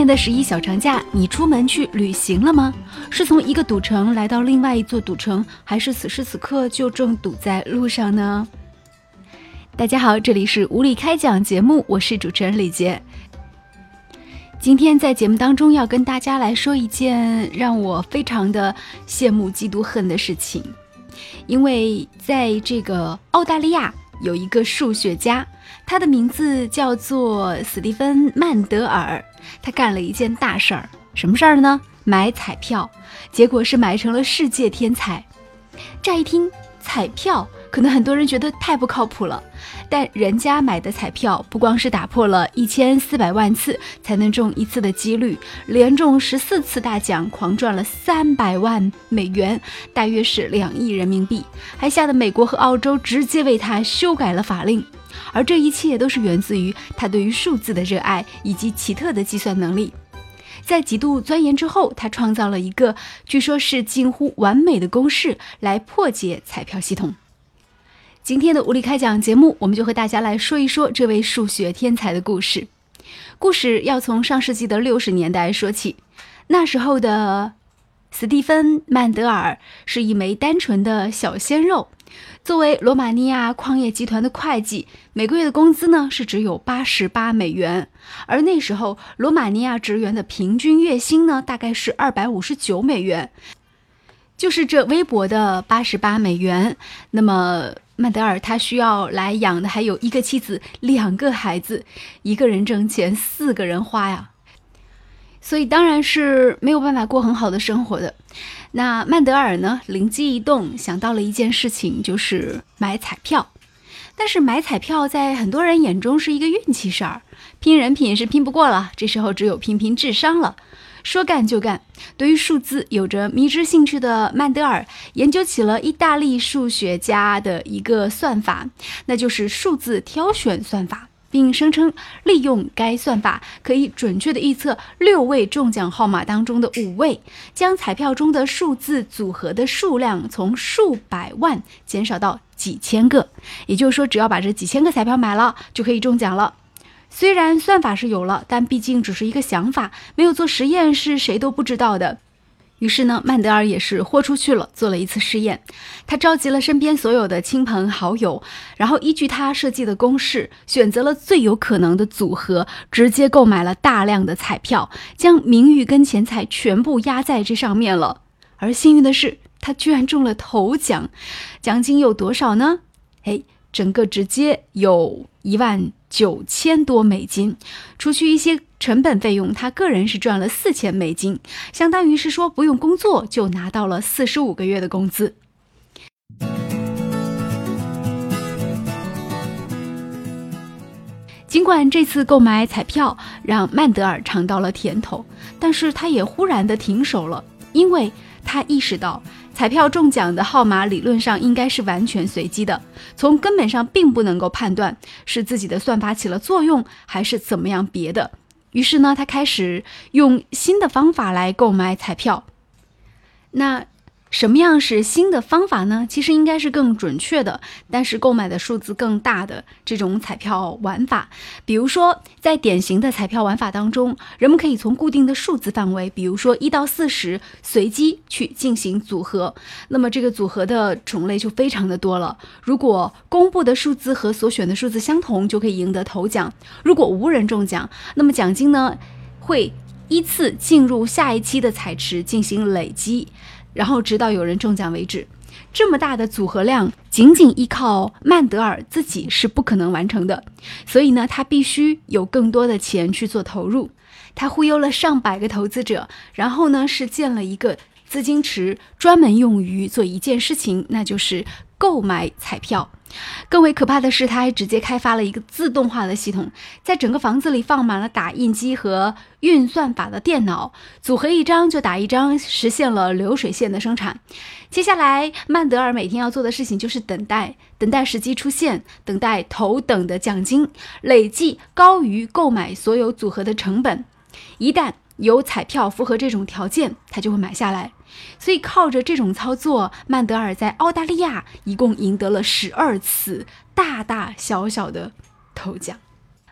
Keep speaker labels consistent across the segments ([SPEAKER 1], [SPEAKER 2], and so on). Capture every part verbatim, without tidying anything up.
[SPEAKER 1] 年的十一小长假，你出门去旅行了吗？是从一个赌城来到另外一座赌城，还是此时此刻就正堵在路上呢？大家好，这里是无理开讲节目，我是主持人李杰。今天在节目当中要跟大家来说一件让我非常的羡慕嫉妒恨的事情。因为在这个澳大利亚有一个数学家，他的名字叫做史蒂芬·曼德尔，他干了一件大事儿。什么事儿呢？买彩票，结果是买成了世界天才。乍一听彩票，可能很多人觉得太不靠谱了，但人家买的彩票不光是打破了一千四百万次才能中一次的几率，连中十四次大奖，狂赚了三百万美元，大约是两亿人民币，还吓得美国和澳洲直接为他修改了法令。而这一切都是源自于他对于数字的热爱以及奇特的计算能力。在几度钻研之后，他创造了一个据说是近乎完美的公式来破解彩票系统。今天的无理开讲节目，我们就和大家来说一说这位数学天才的故事。故事要从上世纪的六十年代说起。那时候的史蒂芬·曼德尔是一枚单纯的小鲜肉，作为罗马尼亚矿业集团的会计，每个月的工资呢是只有八十八美元，而那时候罗马尼亚职员的平均月薪呢大概是二百五十九美元，就是这微薄的八十八美元。那么曼德尔他需要来养的还有一个妻子，两个孩子，一个人挣钱，四个人花呀，所以当然是没有办法过很好的生活的。那曼德尔呢，灵机一动，想到了一件事情，就是买彩票。但是买彩票在很多人眼中是一个运气事儿，拼人品是拼不过了，这时候只有拼拼智商了。说干就干，对于数字有着迷之兴趣的曼德尔研究起了意大利数学家的一个算法，那就是数字挑选算法，并声称利用该算法可以准确地预测六位中奖号码当中的五位，将彩票中的数字组合的数量从数百万减少到几千个，也就是说只要把这几千个彩票买了就可以中奖了。虽然算法是有了，但毕竟只是一个想法，没有做实验是谁都不知道的。于是呢，曼德尔也是豁出去了，做了一次试验。他召集了身边所有的亲朋好友，然后依据他设计的公式，选择了最有可能的组合，直接购买了大量的彩票，将名誉跟钱财全部压在这上面了。而幸运的是，他居然中了头奖，奖金有多少呢？哎，整个直接有一万九千多美金，除去一些成本费用，他个人是赚了四千美金，相当于是说不用工作就拿到了四十五个月的工资。尽管这次购买彩票让曼德尔尝到了甜头，但是他也忽然的停手了，因为他意识到彩票中奖的号码理论上应该是完全随机的，从根本上并不能够判断是自己的算法起了作用还是怎么样别的。于是呢，他开始用新的方法来购买彩票。那什么样是新的方法呢？其实应该是更准确的，但是购买的数字更大的这种彩票玩法。比如说在典型的彩票玩法当中，人们可以从固定的数字范围，比如说一到四十随机去进行组合，那么这个组合的种类就非常的多了。如果公布的数字和所选的数字相同，就可以赢得头奖。如果无人中奖，那么奖金呢会依次进入下一期的彩池进行累积，然后直到有人中奖为止。这么大的组合量，仅仅依靠曼德尔自己是不可能完成的，所以呢，他必须有更多的钱去做投入。他忽悠了上百个投资者，然后呢，是建了一个资金池，专门用于做一件事情，那就是购买彩票。更为可怕的是，他还直接开发了一个自动化的系统，在整个房子里放满了打印机和运算法的电脑，组合一张就打一张，实现了流水线的生产。接下来曼德尔每天要做的事情就是等待，等待时机出现，等待头等的奖金，累计高于购买所有组合的成本。一旦有彩票符合这种条件，他就会买下来。所以靠着这种操作，曼德尔在澳大利亚一共赢得了十二次大大小小的头奖。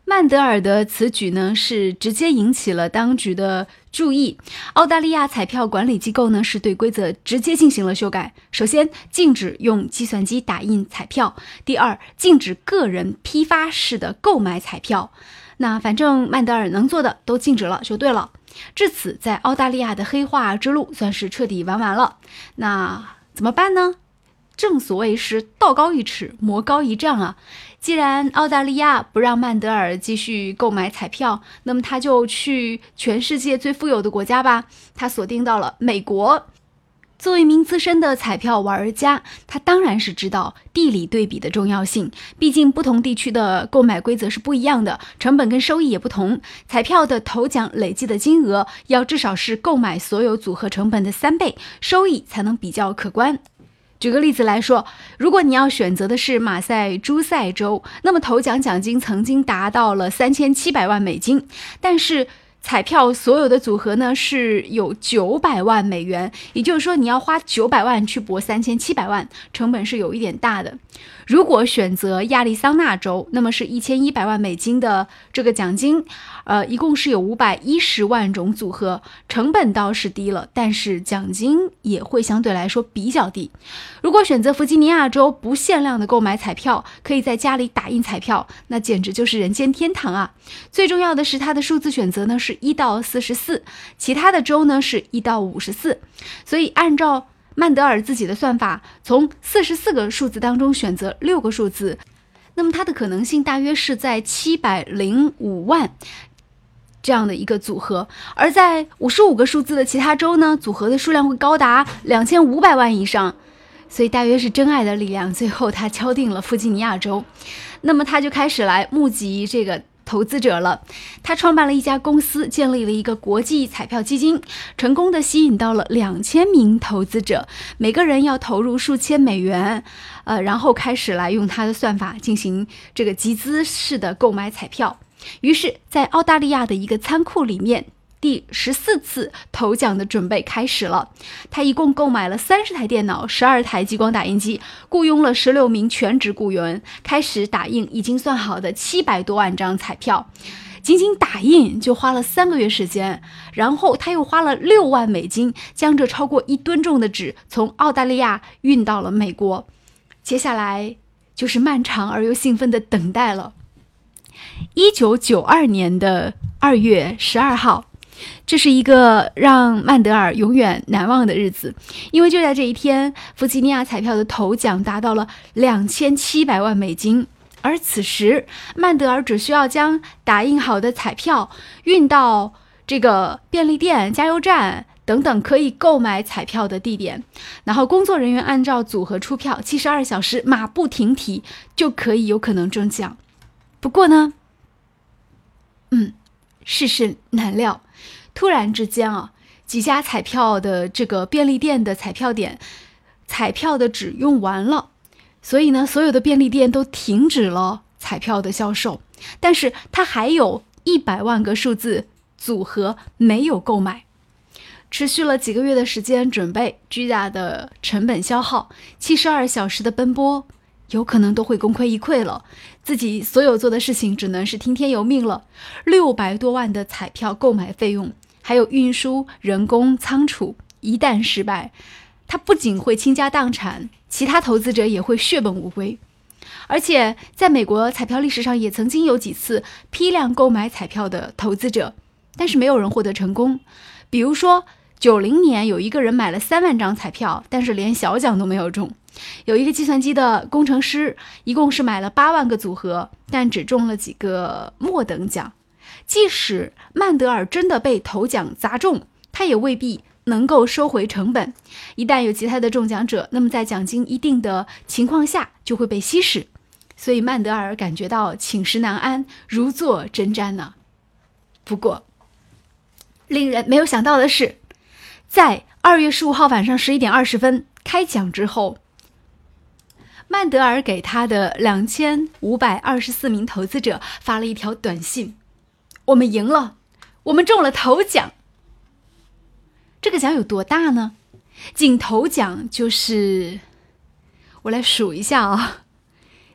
[SPEAKER 1] 曼德尔的此举呢，是直接引起了当局的注意。澳大利亚彩票管理机构呢，是对规则直接进行了修改。首先，禁止用计算机打印彩票；第二，禁止个人批发式的购买彩票。那反正曼德尔能做的都禁止了，就对了。至此，在澳大利亚的黑化之路算是彻底玩完了。那怎么办呢？正所谓是道高一尺，魔高一丈啊。既然澳大利亚不让曼德尔继续购买彩票，那么他就去全世界最富有的国家吧。他锁定到了美国。作为一名资深的彩票玩家，他当然是知道地理对比的重要性。毕竟不同地区的购买规则是不一样的，成本跟收益也不同。彩票的头奖累计的金额要至少是购买所有组合成本的三倍，收益才能比较可观。举个例子来说，如果你要选择的是马赛诸塞州，那么头奖奖金曾经达到了三千七百万美金，但是彩票所有的组合呢是有九百万美元，也就是说你要花九百万去博三千七百万，成本是有一点大的。如果选择亚利桑那州，那么是一千一百万美金的这个奖金，呃，一共是有五百一十万种组合，成本倒是低了，但是奖金也会相对来说比较低。如果选择弗吉尼亚州不限量的购买彩票，可以在家里打印彩票，那简直就是人间天堂啊！最重要的是它的数字选择呢是一到四十四，其他的州呢是一到五十四，所以按照曼德尔自己的算法，从四十四个数字当中选择六个数字，那么它的可能性大约是在七百零五万这样的一个组合。而在五十五个数字的其他州呢，组合的数量会高达两千五百万以上，所以大约是真爱的力量，最后他敲定了弗吉尼亚州。那么他就开始来募集这个投资者了。他创办了一家公司，建立了一个国际彩票基金，成功的吸引到了两千名投资者，每个人要投入数千美元，呃，然后开始来用他的算法进行这个集资式的购买彩票。于是在澳大利亚的一个仓库里面，第十四次头奖的准备开始了。他一共购买了三十台电脑、十二台激光打印机，雇佣了十六名全职雇员，开始打印已经算好的七百多万张彩票。仅仅打印就花了三个月时间，然后他又花了六万美金，将这超过一吨重的纸从澳大利亚运到了美国。接下来就是漫长而又兴奋的等待了。一九九二年的二月十二号，这是一个让曼德尔永远难忘的日子，因为就在这一天，弗吉尼亚彩票的头奖达到了两千七百万美金。而此时，曼德尔只需要将打印好的彩票运到这个便利店、加油站等等可以购买彩票的地点，然后工作人员按照组合出票，七十二小时马不停蹄就可以有可能中奖。不过呢，嗯，世事难料，突然之间啊，几家彩票的这个便利店的彩票点，彩票的纸用完了。所以呢，所有的便利店都停止了彩票的销售，但是它还有一百万个数字组合没有购买。持续了几个月的时间准备，巨大的成本消耗，七十二小时的奔波，有可能都会功亏一篑了。自己所有做的事情只能是听天由命了。六百多万的彩票购买费用，还有运输、人工、仓储，一旦失败，他不仅会倾家荡产，其他投资者也会血本无归。而且在美国彩票历史上也曾经有几次批量购买彩票的投资者，但是没有人获得成功。比如说九零年有一个人买了三万张彩票，但是连小奖都没有中。有一个计算机的工程师一共是买了八万个组合，但只中了几个末等奖。即使曼德尔真的被头奖砸中，他也未必能够收回成本。一旦有其他的中奖者，那么在奖金一定的情况下就会被稀释。所以曼德尔感觉到寝食难安，如坐针毡呢。不过令人没有想到的是，在二月十五号晚上十一点二十分开奖之后，曼德尔给他的两千五百二十四名投资者发了一条短信：我们赢了，我们中了头奖。这个奖有多大呢？仅头奖就是，我来数一下啊，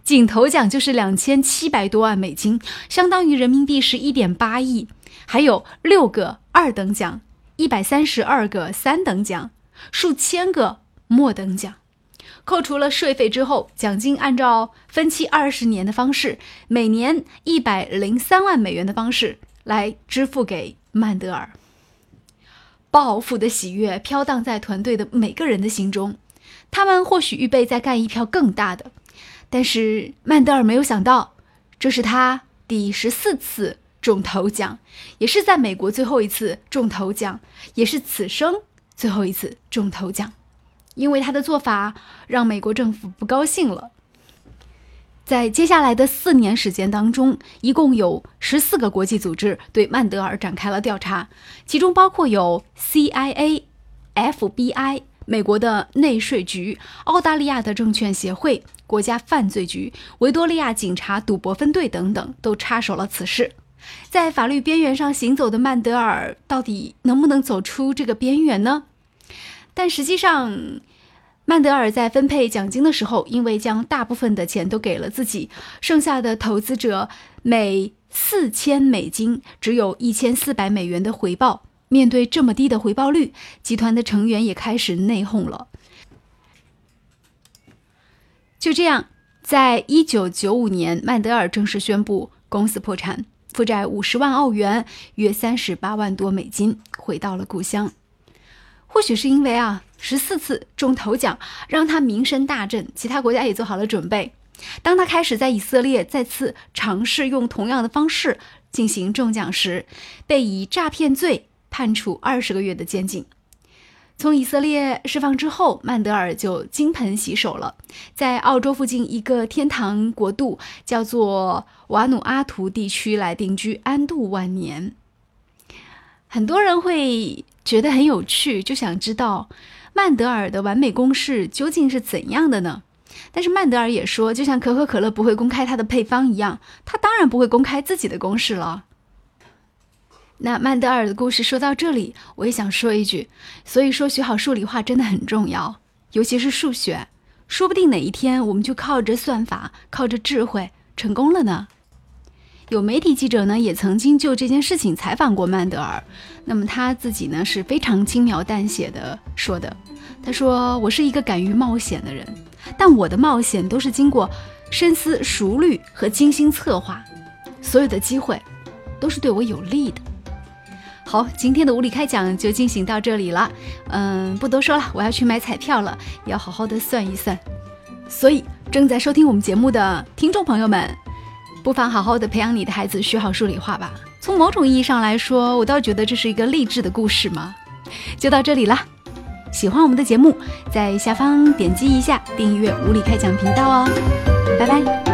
[SPEAKER 1] 仅头奖就是两千七百多万美金，相当于人民币是一点八亿。还有六个二等奖，一百三十二个三等奖，数千个末等奖。扣除了税费之后，奖金按照分期二十年的方式，每年一百零三万美元的方式来支付给曼德尔。报复的喜悦飘荡在团队的每个人的心中，他们或许预备再干一票更大的，但是曼德尔没有想到，这是他第十四次中头奖，也是在美国最后一次中头奖，也是此生最后一次中头奖。因为他的做法让美国政府不高兴了。在接下来的四年时间当中，一共有十四个国际组织对曼德尔展开了调查，其中包括有 C I A、F B I、美国的内税局、澳大利亚的证券协会、国家犯罪局、维多利亚警察赌博分队等等，都插手了此事。在法律边缘上行走的曼德尔，到底能不能走出这个边缘呢？但实际上，曼德尔在分配奖金的时候，因为将大部分的钱都给了自己，剩下的投资者每四千美金只有一千四百美元的回报。面对这么低的回报率，集团的成员也开始内讧了。就这样，在一九九五年，曼德尔正式宣布公司破产，负债五十万澳元，约三十八万多美金，回到了故乡。或许是因为啊，十四次中头奖让他名声大振，其他国家也做好了准备。当他开始在以色列再次尝试用同样的方式进行中奖时，被以诈骗罪判处二十个月的监禁。从以色列释放之后，曼德尔就金盆洗手了，在澳洲附近一个天堂国度叫做瓦努阿图地区来定居，安度晚年。很多人会觉得很有趣，就想知道曼德尔的完美公式究竟是怎样的呢？但是曼德尔也说，就像可口可乐不会公开它的配方一样，他当然不会公开自己的公式了。那曼德尔的故事说到这里，我也想说一句，所以说学好数理化真的很重要，尤其是数学，说不定哪一天我们就靠着算法，靠着智慧成功了呢。有媒体记者呢也曾经就这件事情采访过曼德尔，那么他自己呢是非常轻描淡写的说的，他说，我是一个敢于冒险的人，但我的冒险都是经过深思熟虑和精心策划，所有的机会都是对我有利的。好，今天的无理开讲就进行到这里了，嗯，不多说了，我要去买彩票了，要好好的算一算。所以正在收听我们节目的听众朋友们，不妨好好的培养你的孩子学好数理化吧。从某种意义上来说，我倒觉得这是一个励志的故事嘛。就到这里了，喜欢我们的节目，在下方点击一下订阅无理开讲频道哦，拜拜。